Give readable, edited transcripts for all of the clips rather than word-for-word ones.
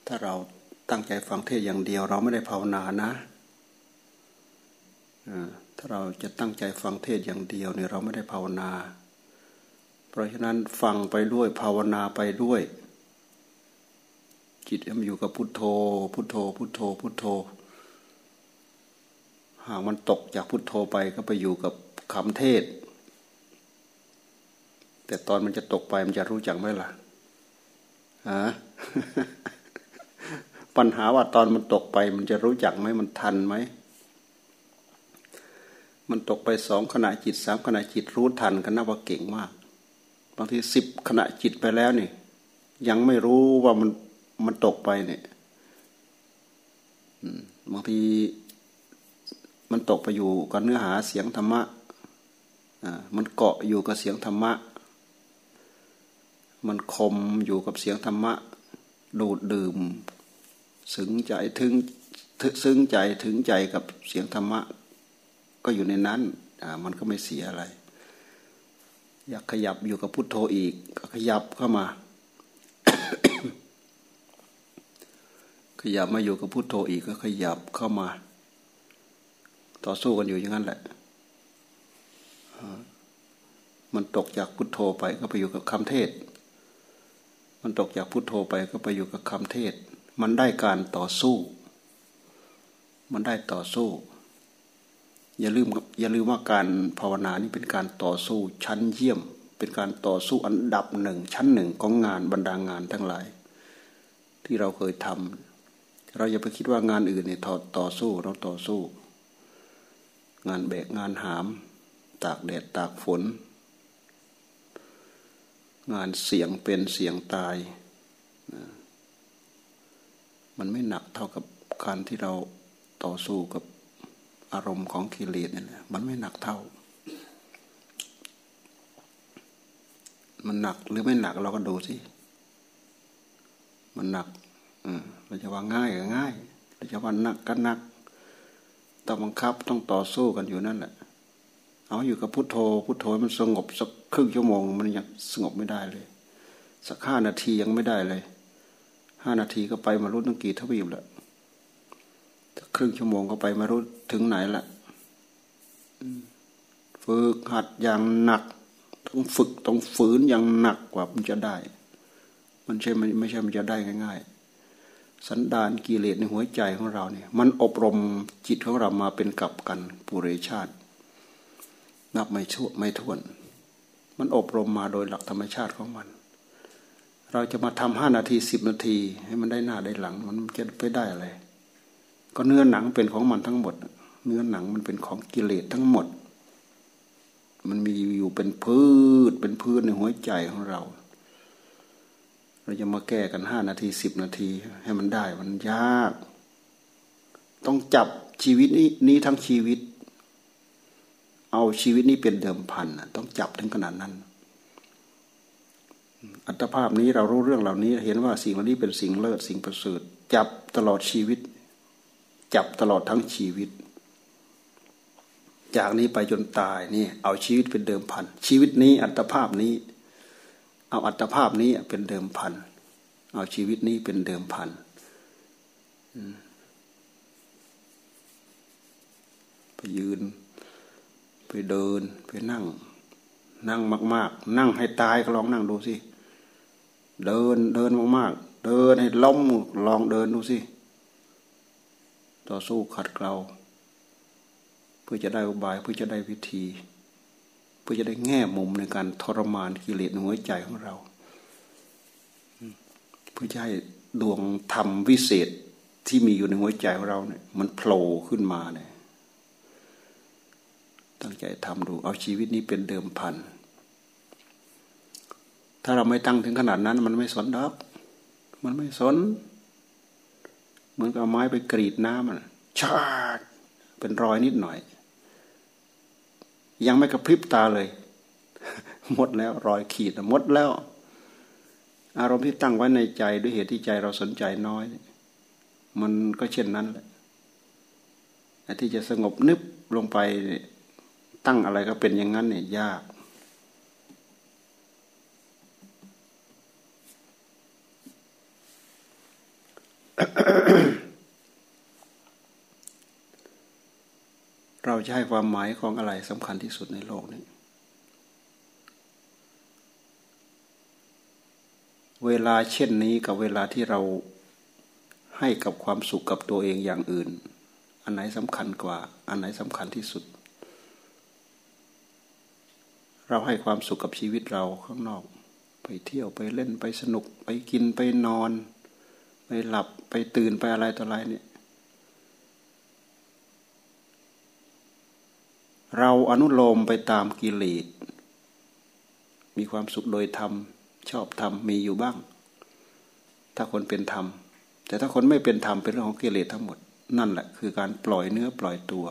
ถ้าเราตั้งใจฟังเทศอย่างเดียวเราไม่ได้ภาวนานะถ้าเราจะตั้งใจฟังเทศอย่างเดียวเนี่ยเราไม่ได้ภาวนาเพราะฉะนั้นฟังไปด้วยภาวนาไปด้วยจิตมันอยู่กับพุทโธพุทโธพุทโธพุทโธหากมันตกจากพุทโธไปก็ไปอยู่กับคำเทศแต่ตอนมันจะตกไปมันจะรู้จักไหมล่ะปัญหาว่าตอนมันตกไปมันจะรู้จักไหมมันทันไหมมันตกไป2 ขณะจิต3 ขณะจิตรู้ทันก็นับว่าเก่งมากบางที10 ขณะจิตไปแล้วนี่ยังไม่รู้ว่ามันตกไปเนี่ยบางทีมันตกไปอยู่กับเนื้อหาเสียงธรรมะมันเกาะอยู่กับเสียงธรรมะมันคมอยู่กับเสียงธรรมะดูดดื่มซึ้งใจซึ้งใจถึงใจกับเสียงธรรมะก็อยู่ในนั้นมันก็ไม่เสียอะไรอยากขยับอยู่กับพุทโธอีกก็ขยับเข้ามา ขยับมาอยู่กับพุทโธอีกก็ขยับเข้ามาต่อสู้กันอยู่อย่างนั้นแหละมันตกจากพุทโธไปก็ไปอยู่กับคำเทศมันตกจากพุทโธไปก็ไปอยู่กับคำเทศมันได้การต่อสู้มันได้ต่อสู้อย่าลืมว่าการภาวนานี่เป็นการต่อสู้ชั้นเยี่ยมเป็นการต่อสู้อันดับ1ชั้น1ของงานบรรดางานทั้งหลายที่เราเคยทำเราอย่าไปคิดว่างานอื่นเนี่ยต่อสู้เราต่อสู้งานแบกงานหามตากแดดตากฝนงานเสี่ยงเป็นเสี่ยงตายมันไม่หนักเท่ากับการที่เราต่อสู้กับอารมณ์ของกิเลสนี่แหละมันไม่หนักเท่ามันหนักหรือไม่หนักเราก็ดูสิมันหนักเราจะว่าง่ายก็ง่ายเราจะว่าหนักก็หนักต้องบังคับต้องต่อสู้กันอยู่นั่นแหละเอาอยู่กับพุทโธพุทโธมันสงบสักครึ่งชั่วโมงมันยังสงบไม่ได้เลยสัก5 นาทียังไม่ได้เลย5 นาทีก็ไปมารู้ตั้งกี่ทวีปแล้วครึ่งชั่วโมงก็ไปมารู้ถึงไหนละฝึกหัดอย่างหนักต้องฝึกต้องฝืนอย่างหนักกว่ามันจะได้มันไม่ใช่มันจะได้ง่ายๆสันดานกิเลสในหัวใจของเราเนี่ยมันอบรมจิตของเรามาเป็นกับกันปุเรชาตินับไม่ถ้วนมันอบรมมาโดยหลักธรรมชาติของมันเราจะมาทำ5 นาที10 นาทีให้มันได้หน้าได้หลังมันจะไปได้อะไรก็เนื้อหนังเป็นของมันทั้งหมดเนื้อหนังมันเป็นของกิเลสทั้งหมดมันมีอยู่เป็นพืชในหัวใจของเราจะมาแก้กัน5 นาที10 นาทีให้มันได้มันยากต้องจับชีวิตนี้ทั้งชีวิตเอาชีวิตนี้เป็นเดิมพันต้องจับถึงขนาดนั้นอัตภาพนี้เรารู้เรื่องเหล่านี้เห็นว่าสิ่งเหล่านี้เป็นสิ่งเลิศสิ่งประเสริฐจับตลอดชีวิตจับตลอดทั้งชีวิตจากนี้ไปจนตายนี่เอาชีวิตเป็นเดิมพันชีวิตนี้อัตภาพนี้เอาอัตภาพนี้เป็นเดิมพันเอาชีวิตนี้เป็นเดิมพันไปยืนไปเดินไปนั่งมากๆนั่งให้ตายก็ลองนั่งดูสิเดินมากๆเดินให้ล้มลองเดินดูสิต่อสู้ขัดเกลาเพื่อจะได้อุบายเพื่อจะได้วิธีเพื่อจะได้แง่มุมในการทรมานกิเลสในหัวใจของเราเพื่อจะให้ดวงธรรมวิเศษที่มีอยู่ในหัวใจของเราเนี่ยมันโผล่ขึ้นมาเนี่ยตั้งใจทำดูเอาชีวิตนี้เป็นเดิมพันถ้าเราไม่ตั้งถึงขนาดนั้นมันไม่สนดอกมันไม่สนเหมือนกับเอาไม้ไปกรีดน้ำชาดเป็นรอยนิดหน่อยยังไม่กระพริบตาเลยหมดแล้วรอยขีดหมดแล้วอารมณ์ที่ตั้งไว้ในใจด้วยเหตุที่ใจเราสนใจน้อยมันก็เช่นนั้นแหละที่จะสงบนึบลงไปตั้งอะไรก็เป็นอย่างนั้นเนี่ยยากเราจะให้ความหมายของอะไรสำคัญที่สุดในโลกนี้เวลาเช่นนี้กับเวลาที่เราให้กับความสุขกับตัวเองอย่างอื่นอันไหนสำคัญกว่าอันไหนสำคัญที่สุดเราให้ความสุขกับชีวิตเราข้างนอกไปเที่ยวไปเล่นไปสนุกไปกินไปนอนไปหลับไปตื่นไปอะไรต่ออะไรเนี่ยเราอนุโลมไปตามกิเลสมีความสุขโดยธรรมชอบธรรมมีอยู่บ้างถ้าคนเป็นธรรมแต่ถ้าคนไม่เป็นธรรมเป็นเรื่องของกิเลสทั้งหมดนั่นแหละคือการปล่อยเนื้อปล่อยตัว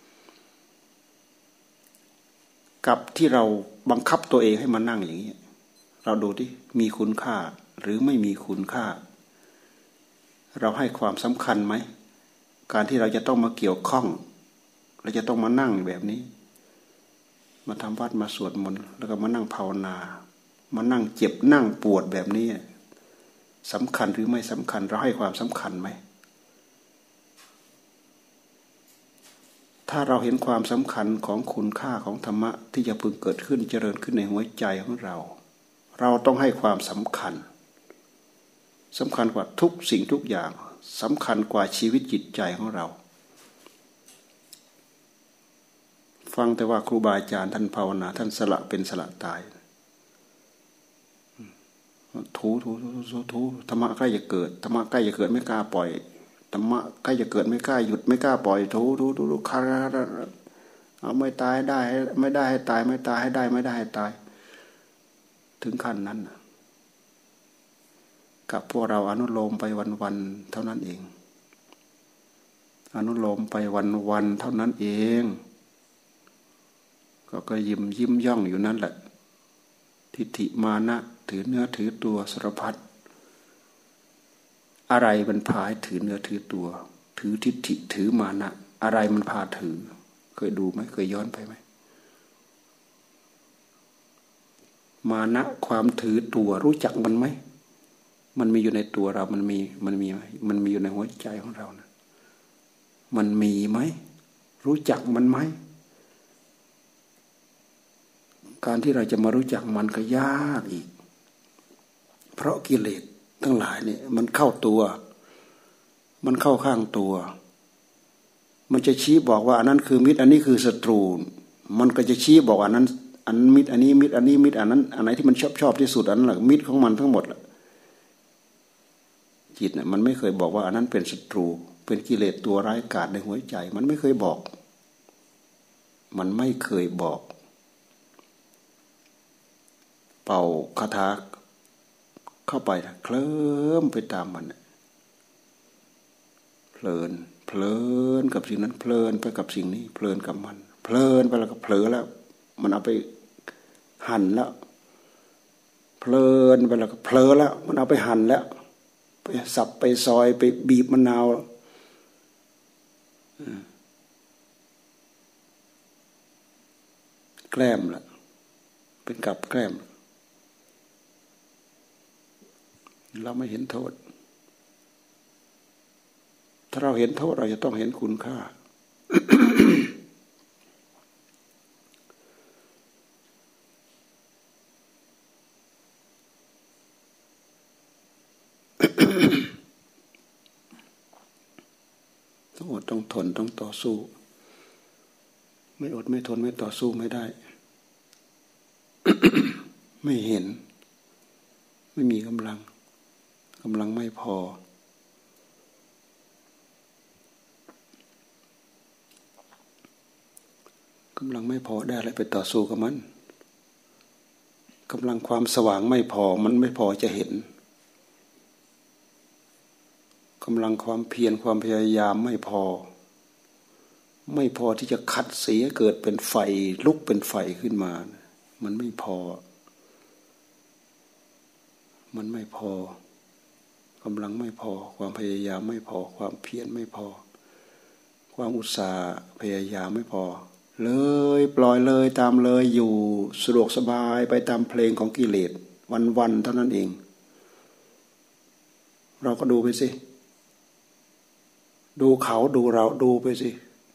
กับที่เราบังคับตัวเองให้มานั่งอย่างนี้เราดูที่มีคุณค่าหรือไม่มีคุณค่าเราให้ความสำคัญไหมการที่เราจะต้องมาเกี่ยวข้องเราจะต้องมานั่งแบบนี้มาทำวัดมาสวดมนต์แล้วก็มานั่งภาวนามานั่งเจ็บนั่งปวดแบบนี้สำคัญหรือไม่สำคัญเราให้ความสำคัญไหมถ้าเราเห็นความสำคัญของคุณค่าของธรรมะที่จะพึงเกิดขึ้นเจริญขึ้นในหัวใจของเราเราต้องให้ความสำคัญกว่าทุกสิ่งทุกอย่างสำคัญกว่าชีวิตจิตใจของเราฟังแต่ว่าครูบาอาจารย์ท่านภาวนาท่านสละเป็นสละตายถูธรรมะใกล้จะเกิดธรรมะใกล้จะเกิดไม่กล้าปล่อยธรรมะใกล้จะเกิดไม่กล้าหยุดไม่กล้าปล่อยถูคาเอาไม่ตายได้ไม่ได้ให้ตายไม่ตายให้ได้ไม่ได้ให้ตายถึงขั้นนั้นกับพวกเราอนุโลมไปวันๆเท่านั้นเองอนุโลมไปวันๆเท่านั้นเองก็ยิ้มย่องอยู่นั่นแหละทิฏฐิมานะถือเนื้อถือตัวสารพัดอะไรมันพาให้ถือเนื้อถือตัวถือทิฏฐิถือมานะอะไรมันพาถือเคยดูไหมเคยย้อนไปไหมมานะความถือตัวรู้จักมันไหมมันมีอยู่ในตัวเรามันมีอยู่ในหัวใจของเรานะมันมีไหมรู้จักมันไหมการที่เราจะมารู้จักมันก็ยากอีกเพราะกิเลสทั้งหลายเนี่ยมันเข้าตัวมันเข้าข้างตัวมันจะชี้บอกว่าอันนั้นคือมิตรอันนี้คือศัตรูมันก็จะชี้บอกว่าอันนั้นอันมิตรอันนี้มิตรอันนี้มิตรอันนั้นอันไหนที่มันชอบที่สุดอันนั้นแหละมิตรของมันทั้งหมดจิตเนี่ยมันไม่เคยบอกว่าอันนั้นเป็นศัตรูเป็นกิเลสตัวร้ายกาจในหัวใจมันไม่เคยบอกมันไม่เคยบอกเป่าคาถาเข้าไปเคลิ้มไปตามมันเพลินกับสิ่งนั้นเพลินไปกับสิ่งนี้เพลินกับมันเพลินไปแล้วก็เผลอแล้วมันเอาไปหั่นแล้วเพลินไปแล้วก็เผลอแล้วมันเอาไปหั่นแล้วไปสับไปซอยไปบีบมะนาวแกล้มละเป็นกับแกล้มเราไม่เห็นโทษถ้าเราเห็นโทษเราจะต้องเห็นคุณค่า ต้องอดต้องทนต้องต่อสู้ไม่อดไม่ทนไม่ต่อสู้ไม่ได้ ไม่เห็นไม่มีกำลังไม่พอกำลังไม่พอได้อะไรไปต่อสู้กับมันกำลังความสว่างไม่พอมันไม่พอจะเห็นกำลังความเพียรความพยายามไม่พอที่จะขัดเสียเกิดเป็นไฟลุกเป็นไฟขึ้นมามันไม่พอกำลังไม่พอความพยายามไม่พอความเพียรไม่พอความอุตสาห์พยายามไม่พอเลยปล่อยเลยตามเลยอยู่สะดวกสบายไปตามเพลงของกิเลสวันๆเท่านั้นเองเราก็ดูไปสิดูเขาดูเราดูไปสิ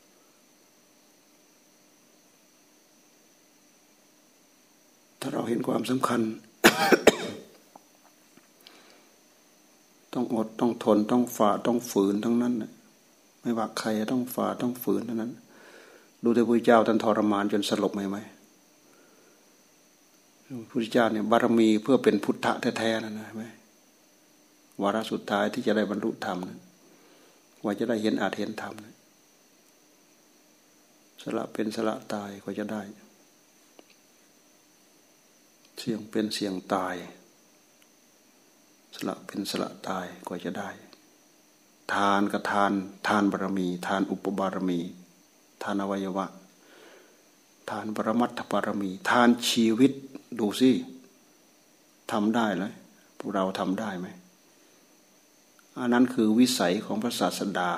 ถ้าเราเห็นความสำคัญ ต้องอดต้องทนต้องฝ่าต้องฝืนทั้งนั้นไม่ว่าใครต้องฝ่าต้องฝืนทั้งนั้นดูแต่พระเจ้าท่านทรมานจนสลบไหมพระพุทธเจ้าเนี่ยบารมีเพื่อเป็นพุทธะแท้ๆนั่นนะไหมวาระสุดท้ายที่จะได้บรรลุธรรมนะว่าจะได้เห็นอาจเห็นธรรมนะสละเป็นสละตายก็จะได้เสี่ยงเป็นเสี่ยงตายสละเป็นสละตายก็จะได้ทานกับทานบารมีทานอุปบารมีทานอวัยวะทานปรมัตถบารมีทานชีวิตดูสิทำได้ไหมพวกเราทำได้ไหมอันนั้นคือวิสัยของพระศาสดา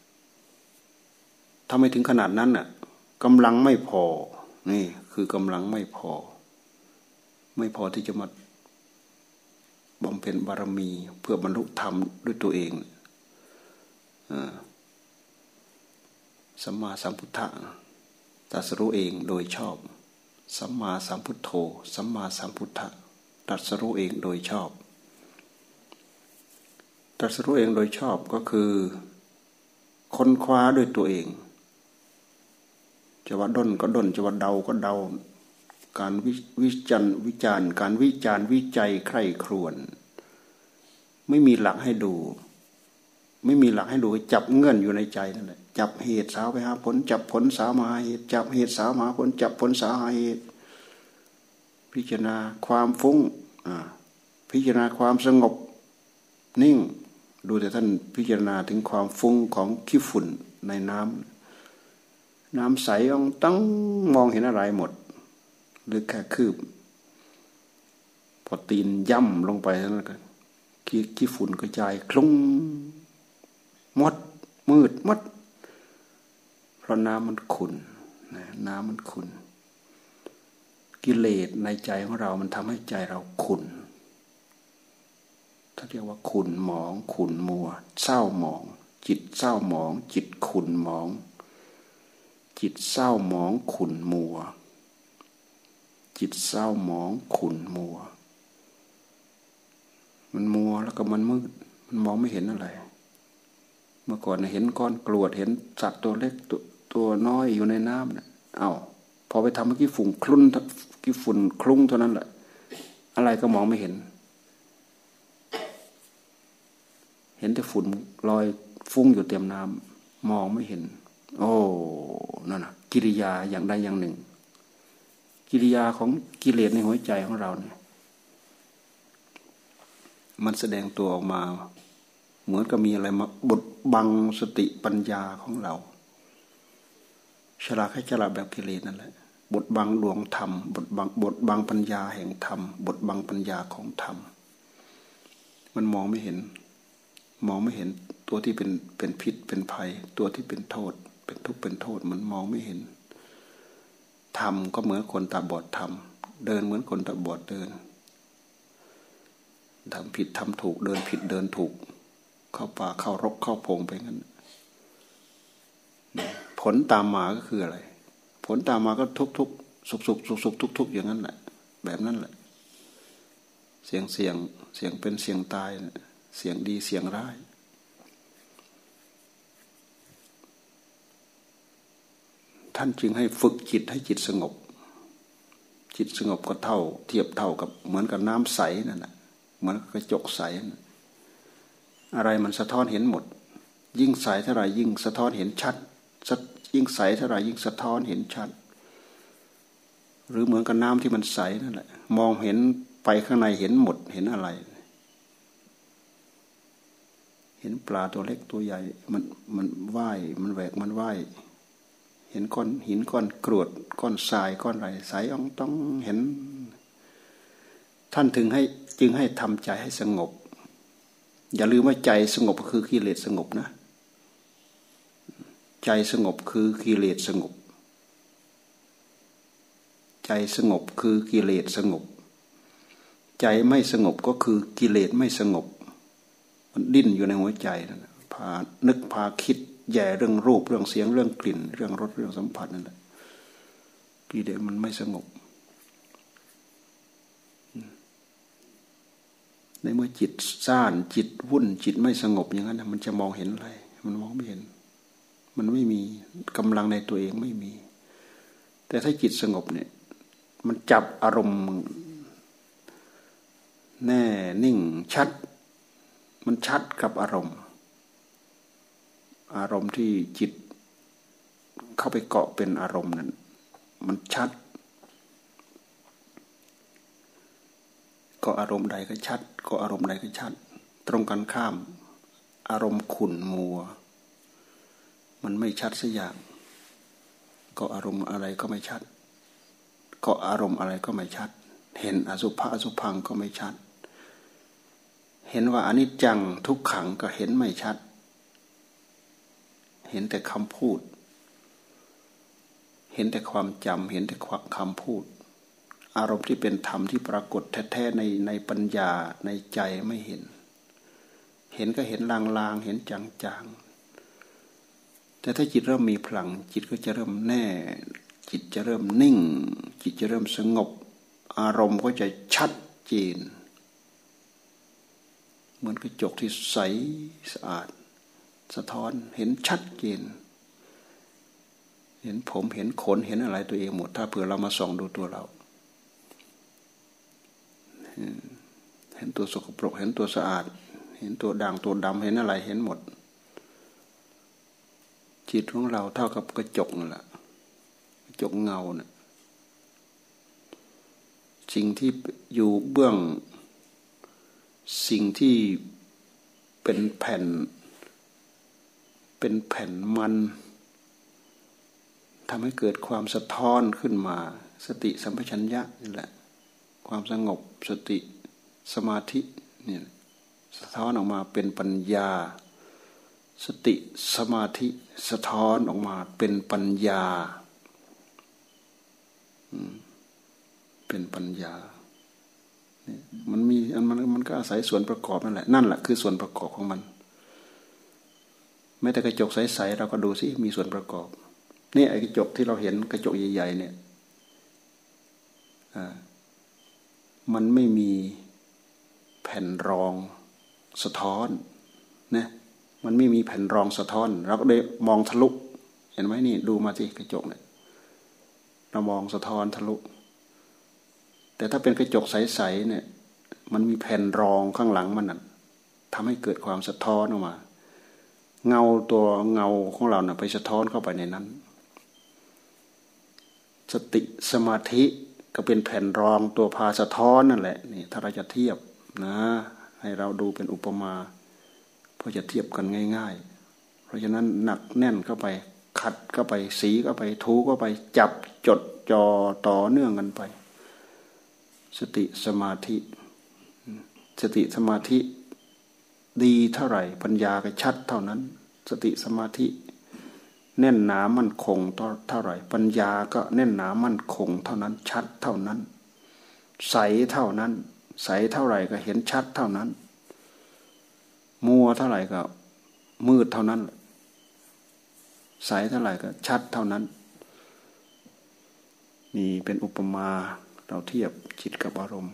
ถ้าไม่ถึงขนาดนั้นน่ะกำลังไม่พอนี่คือกำลังไม่พอที่จะมาบำเพ็ญบารมีเพื่อบรรลุธรรมด้วยตัวเองสัมมาสัมพุทธะตรัสรู้เองโดยชอบสัมมาสัมพุทโธสัมมาสัมพุทธะตรัสรู้เองโดยชอบตรัสรู้เองโดยชอบก็คือค้นคว้าด้วยตัวเองจะว่าด้นก็ด้นจะว่าเดาก็เดาการวิจารณ์การวิจารณ์วิจัยใคร่ครวญไม่มีหลักให้ดูจับเงื่อนอยู่ในใจนั่นแหละจับเหตุสาวไปหาผลจับผลสาวมาหาเหตุจับเหตุสาวมาหาผลจับผลสาวหาเหตุพิจารณาความฟุ้งพิจารณาความสงบนิ่งดูแต่ท่านพิจารณาถึงความฟุ้งของขี้ฝุ่นในน้ำใสตั้งมองเห็นอะไรหมดหรือแค่คืบพอตีนย่ำลงไปแล้วก็ขี้ฝุ่นกระจายคลุ้งมดมืดมดเพราะน้ำมันขุ่นน้ำมันขุ่นกิเลสในใจของเรามันทำให้ใจเราขุ่นถ้าเรียกว่าขุ่นหมองขุ่นมัวเศร้าหมองจิตเศร้าหมองจิตขุ่นหมองจิตเศร้าหมองขุ่นมัวจิตเศร้าหมองขุ่นมัวมันมัวแล้วก็มันมืดมันมองไม่เห็นอะไรเมื่อก่อนเห็นก้อนกรวดเห็นสัตว์ตัวเล็กตัวน้อยอยู่ในน้ำเนี่ยพอไปทำเมื่อกี้ฝุ่นคลุ้งเท่านั้นแหละอะไรก็มองไม่เห็นแต่ฝุ่นลอยฟุ้งอยู่เต็มน้ำมองไม่เห็นโอ้นั่นน่ะกิริยาอย่างใดอย่างหนึ่งกิริยาของกิเลสในหัวใจของเราเนี่ยมันแสดงตัวออกมาเหมือนกับมีอะไรมาบดบังสติปัญญาของเราฉลาดให้ฉลาดแบบกิเลสนั่นแหละบดบังดวงธรรมบดบังปัญญาแห่งธรรมบดบังปัญญาของธรรมมันมองไม่เห็นตัวที่เป็นพิษเป็นภัยตัวที่เป็นโทษเป็นทุกข์เป็นโทษมันมองไม่เห็นธรรมก็เหมือนคนตาบอดธรรมเดินเหมือนคนตาบอดเดินทำผิดทำถูกเดินผิดเดินถูกเข้าป่าเข้ารกเข้าพงไปงั้นผลตามมาก็คืออะไรผลตามมาก็ทุกสุขทุกอย่างนั้นแหละแบบนั้นแหละเสียงเป็นเสียงตายเสียงดีเสียงร้ายท่านจึงให้ฝึกจิตให้จิตสงบจิตสงบก็เทียบเท่ากับเหมือนกับน้ำใสนั่นแหละเหมือนกระจกใสอะไรมันสะท้อนเห็นหมดยิ่งใสเท่าไหร่ยิ่งสะท้อนเห็นชัดยิ่งใสเท่าไหร่ยิ่งสะท้อนเห็นชัดหรือเหมือนกับน้ำที่มันใสนั่นแหละมองเห็นไปข้างในเห็นหมดเห็นอะไรเห็นปลาตัวเล็กตัวใหญ่มันว่ายมันแหวกมันว่ายเห็นก้อนหินก้อนกรวดก้อนทรายก้อนอะไรใสต้องเห็นท่านจึงให้ทำใจให้สงบอย่าลืมว่าใจสงบก็คือกิเลสสงบนะใจสงบคือกิเลสสงบใจสงบคือกิเลสสงบใจไม่สงบก็คือกิเลสไม่สงบมันดิ้นอยู่ในหัวใจนั่นพานึกพาคิดแย่เรื่องรูปเรื่องเสียงเรื่องกลิ่นเรื่องรสเรื่องสัมผัสนั่นแหละกิเลสมันไม่สงบในเมื่อจิตซ่านจิตวุ่นจิตไม่สงบอย่างนั้นมันจะมองเห็นอะไรมันมองไม่เห็นมันไม่มีกำลังในตัวเองไม่มีแต่ถ้าจิตสงบเนี่ยมันจับอารมณ์แน่นิ่งชัดมันชัดกับอารมณ์ที่จิตเข้าไปเกาะเป็นอารมณ์นั้นมันชัดก็อารมณ์ใดก็ชัดก็อารมณ์ใดก็ชัดตรงกันข้ามอารมณ์ขุ่นมัวมันไม่ชัดสักอย่างก็อารมณ์อะไรก็ไม่ชัดก็อารมณ์อะไรก็ไม่ชัดเห็นอสุภะอสุภังก็ไม่ชัดเห็นว่าอนิจจังทุกขังก็เห็นไม่ชัดเห็นแต่คำพูดเห็นแต่ความจำเห็นแต่คำพูดอารมณ์ที่เป็นธรรมที่ปรากฏแท้ๆในปัญญาในใจไม่เห็นเห็นก็เห็นลางๆเห็นจางๆแต่ถ้าจิตเริ่มมีพลังจิตก็จะเริ่มแน่จิตจะเริ่มนิ่งจิตจะเริ่มสงบอารมณ์ก็จะชัดเจนเหมือนกระจกที่ใสสะอาดสะท้อนเห็นชัดเจนเห็นผมเห็นขนเห็นอะไรตัวเองหมดถ้าเผื่อเรามาส่องดูตัวเราเห็นตัวสกปรกเห็นตัวสะอาดเห็นตัวด่างตัวดำเห็นอะไรเห็นหมดจิตของเราเท่ากับกระจกนั่นแหละกระจกเงาเนี่ยสิ่งที่อยู่เบื้องสิ่งที่เป็นแผ่นมันทำให้เกิดความสะท้อนขึ้นมาสติสัมปชัญญะนี่แหละความสงบสติสมาธินี่สะท้อนออกมาเป็นปัญญาสติสมาธิสะท้อนออกมาเป็นปัญญาเป็นปัญญาเนี่ยมันก็อาศัยส่วนประกอบนั่นแหละนั่นแหละคือส่วนประกอบของมันแม้แต่กระจกใสๆเราก็ดูสิมีส่วนประกอบนี่ไอ้กระจกที่เราเห็นกระจกใหญ่ๆเนี่ยมันไม่มีแผ่นรองสะท้อนนะมันไม่มีแผ่นรองสะท้อนเราก็ได้มองทะลุเห็นไหมนี่ดูมาสิกระจกเนี่ยเรามองสะท้อนทะลุแต่ถ้าเป็นกระจกใสๆเนี่ยมันมีแผ่นรองข้างหลังมันน่ะทำให้เกิดความสะท้อนออกมาเงาของเราน่ะไปสะท้อนเข้าไปในนั้นสติสมาธิก็เป็นแผ่นรองตัวพาสะท้อนนั่นแหละนี่ถ้าเราจะเทียบนะให้เราดูเป็นอุปมาเพื่อจะเทียบกันง่ายๆเพราะฉะนั้นหนักแน่นเข้าไปขัดเข้าไปสีเข้าไปถูเข้าไปจับจดจ่อต่อเนื่องกันไปสติสมาธิดีเท่าไหร่ปัญญาก็ชัดเท่านั้นสติสมาธิแน่นหนามั่นคงเท่าไหร่ปัญญาก็แน่นหนามั่นคงเท่านั้นชัดเท่านั้นใสเท่านั้นใสเท่าไหร่ก็เห็นชัดเท่านั้นมัวเท่าไหร่ก็มืดเท่านั้นใสเท่าไหร่ก็ชัดเท่านั้นนี่เป็นอุปมาเราเทียบจิตกับอารมณ์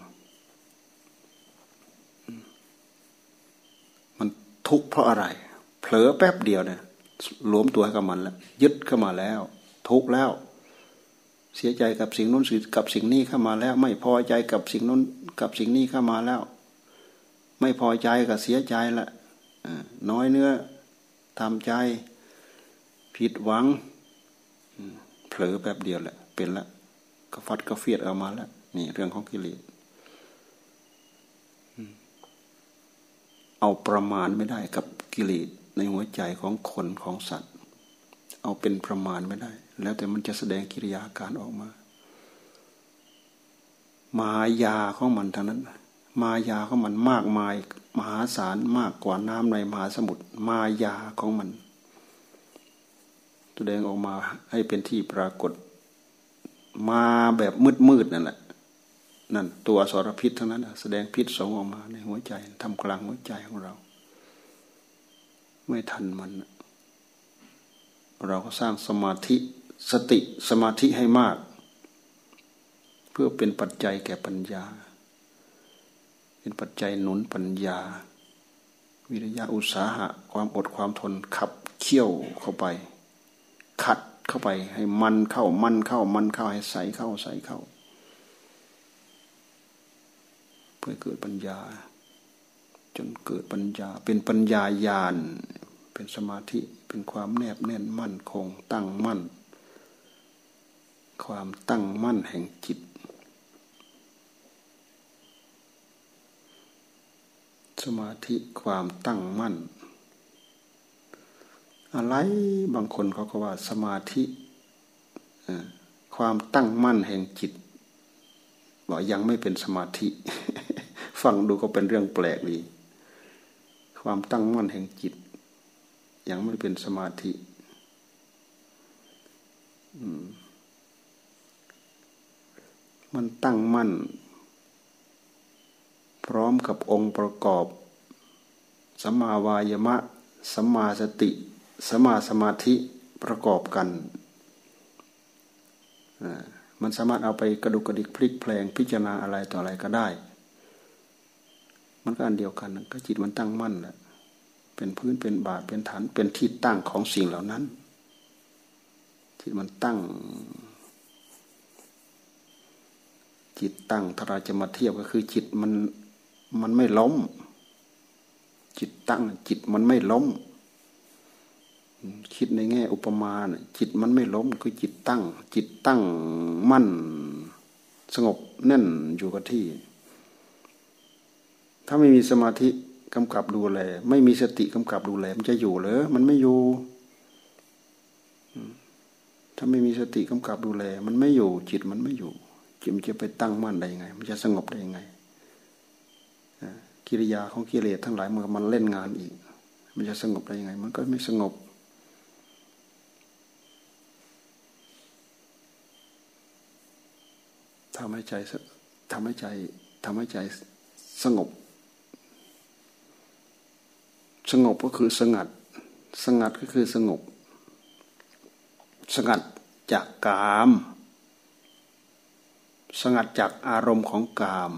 มันทุกข์เพราะอะไรเผลอแป๊บเดียวเนี่ยหลวมตัวกับมันแล้วยึดเข้ามาแล้วทุกข์แล้วเสียใจกับสิ่งนู้นกับสิ่งนี้เข้ามาแล้วไม่พอใจกับสิ่งนู้นกับสิ่งนี้เข้ามาแล้วไม่พอใจกับเสียใจละน้อยเนื้อทำใจผิดหวังเผลอแป๊บเดียวแหละเป็นละก็ฟัดก็เฟียดออกมาแล้วนี่เรื่องของกิเลสเอาประมาณไม่ได้กับกิเลสในหัวใจของคนของสัตว์เอาเป็นประมาณไม่ได้แล้วแต่มันจะแสดงกิริยาการออกมามายาของมันเท่านั้นมายาของมันมากมายมหาศาลมากกว่าน้ำในมหาสมุทรมายาของมันแสดงออกมาให้เป็นที่ปรากฏมาแบบมืดนั่นแหละนั่นตัวอสรพิษทั้งนั้นแสดงพิษส่งออกมาในหัวใจทำกลางหัวใจของเราไม่ทันมันเราก็สร้างสมาธิสติสมาธิให้มากเพื่อเป็นปัจจัยแก่ปัญญาเป็นปัจจัยหนุนปัญญาวิริยะอุตสาหะความอดความทนขับเคี่ยวเข้าไปขัดเข้าไปให้มันเข้ามันเข้ามันเข้าให้ใสเข้าใสเข้าเพื่อเกิดปัญญาจนเกิดปัญญาเป็นปัญญาญาณเป็นสมาธิเป็นความแนบแน่นมั่นคงตั้งมั่นความตั้งมั่นแห่งจิตสมาธิความตั้งมั่นอะไรบางคนเขาก็ว่าสมาธิความตั้งมั่นแห่งจิตบอกยังไม่เป็นสมาธิ ฟังดูก็เป็นเรื่องแปลกดีความตั้งมั่นแห่งจิตยังไม่เป็นสมาธิมันตั้งมั่นพร้อมกับองค์ประกอบสัมมาวายามะสัมมาสติสัมมาสมาธิประกอบกันมันสามารถเอาไปกระดุกกระดิกพลิกแปลงพิจารณาอะไรต่ออะไรก็ได้มันก็อันเดียวกันก็จิตมันตั้งมั่นแหละเป็นพื้นเป็นบาทเป็นฐานเป็นที่ตั้งของสิ่งเหล่านั้นจิตมันตั้งจิตตั้งถ้าเราจะมาเทียบก็คือจิตมันไม่ล้มจิตตั้งจิตมันไม่ล้มคิดในแง่อุปมาจิตมันไม่ล้มคือจิตตั้งจิตตั้งมั่นสงบแน่นอยู่กับที่ถ้าไม่มีสมาธิกำกับดูแลไม่มีสติกำกับดูแลมันจะอยู่เหรอมันไม่อยู่ถ้าไม่มีสติกำกับดูแลมันไม่อยู่จิตมันไม่อยู่จิตมันจะไปตั้งมั่นได้ยังไงมันจะสงบได้ยังไงกิริยาของกิเลสทั้งหลายมันเล่นงานอีกมันจะสงบได้ยังไงมันก็ไม่สงบทำให้ใจสงบสงบก็คือสงัดสงัดก็คือสงบสงัดจากกามสงัดจากอารมณ์ของกาม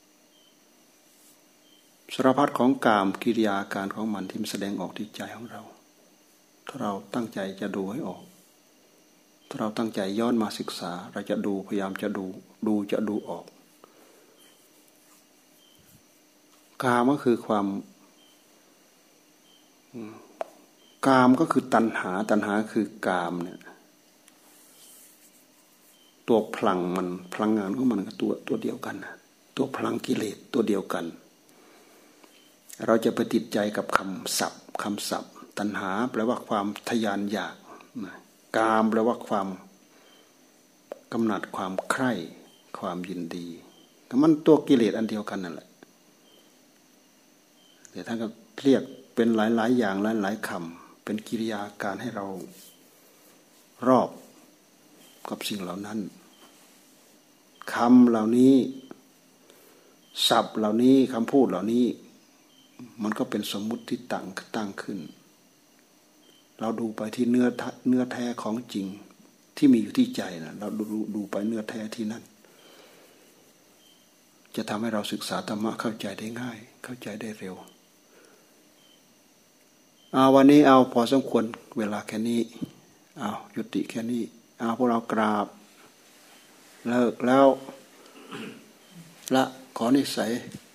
สารพัดของกามกิริยาการของมันที่มันแสดงออกที่ใจของเราถ้าเราตั้งใจจะดูให้ออกถ้าเราตั้งใจย้อนมาศึกษาเราจะดูพยายามจะดูออกกามก็คือความกามก็คือตัณหาคือกามเนี่ยตัวพลังมันพลังงานของมันก็ตัวเดียวกันตัวพลังกิเลสตัวเดียวกันเราจะไปติดใจกับคำศัพท์ตัณหาแปลว่าความทยานอยากกามแปลว่าความกำหนัดความใคร่ความยินดีมันตัวกิเลสอันเดียวกันนั่นแหละแต่ท่านก็เรียกเป็นหลายอย่างหลายคำเป็นกิริยาการให้เรารอบกับสิ่งเหล่านั้นคำเหล่านี้ศัพท์เหล่านี้คำพูดเหล่านี้มันก็เป็นสมมุติที่ตั้งขึ้นเราดูไปที่เนื้อแท้ของจริงที่มีอยู่ที่ใจนะเราดูไปเนื้อแท้ที่นั่นจะทำให้เราศึกษาธรรมะเข้าใจได้ง่ายเข้าใจได้เร็ววันนี้เอาพอสมควรเวลาแค่นี้ยุติแค่นี้พวกเรากราบเลิกแล้วละขอนิสัย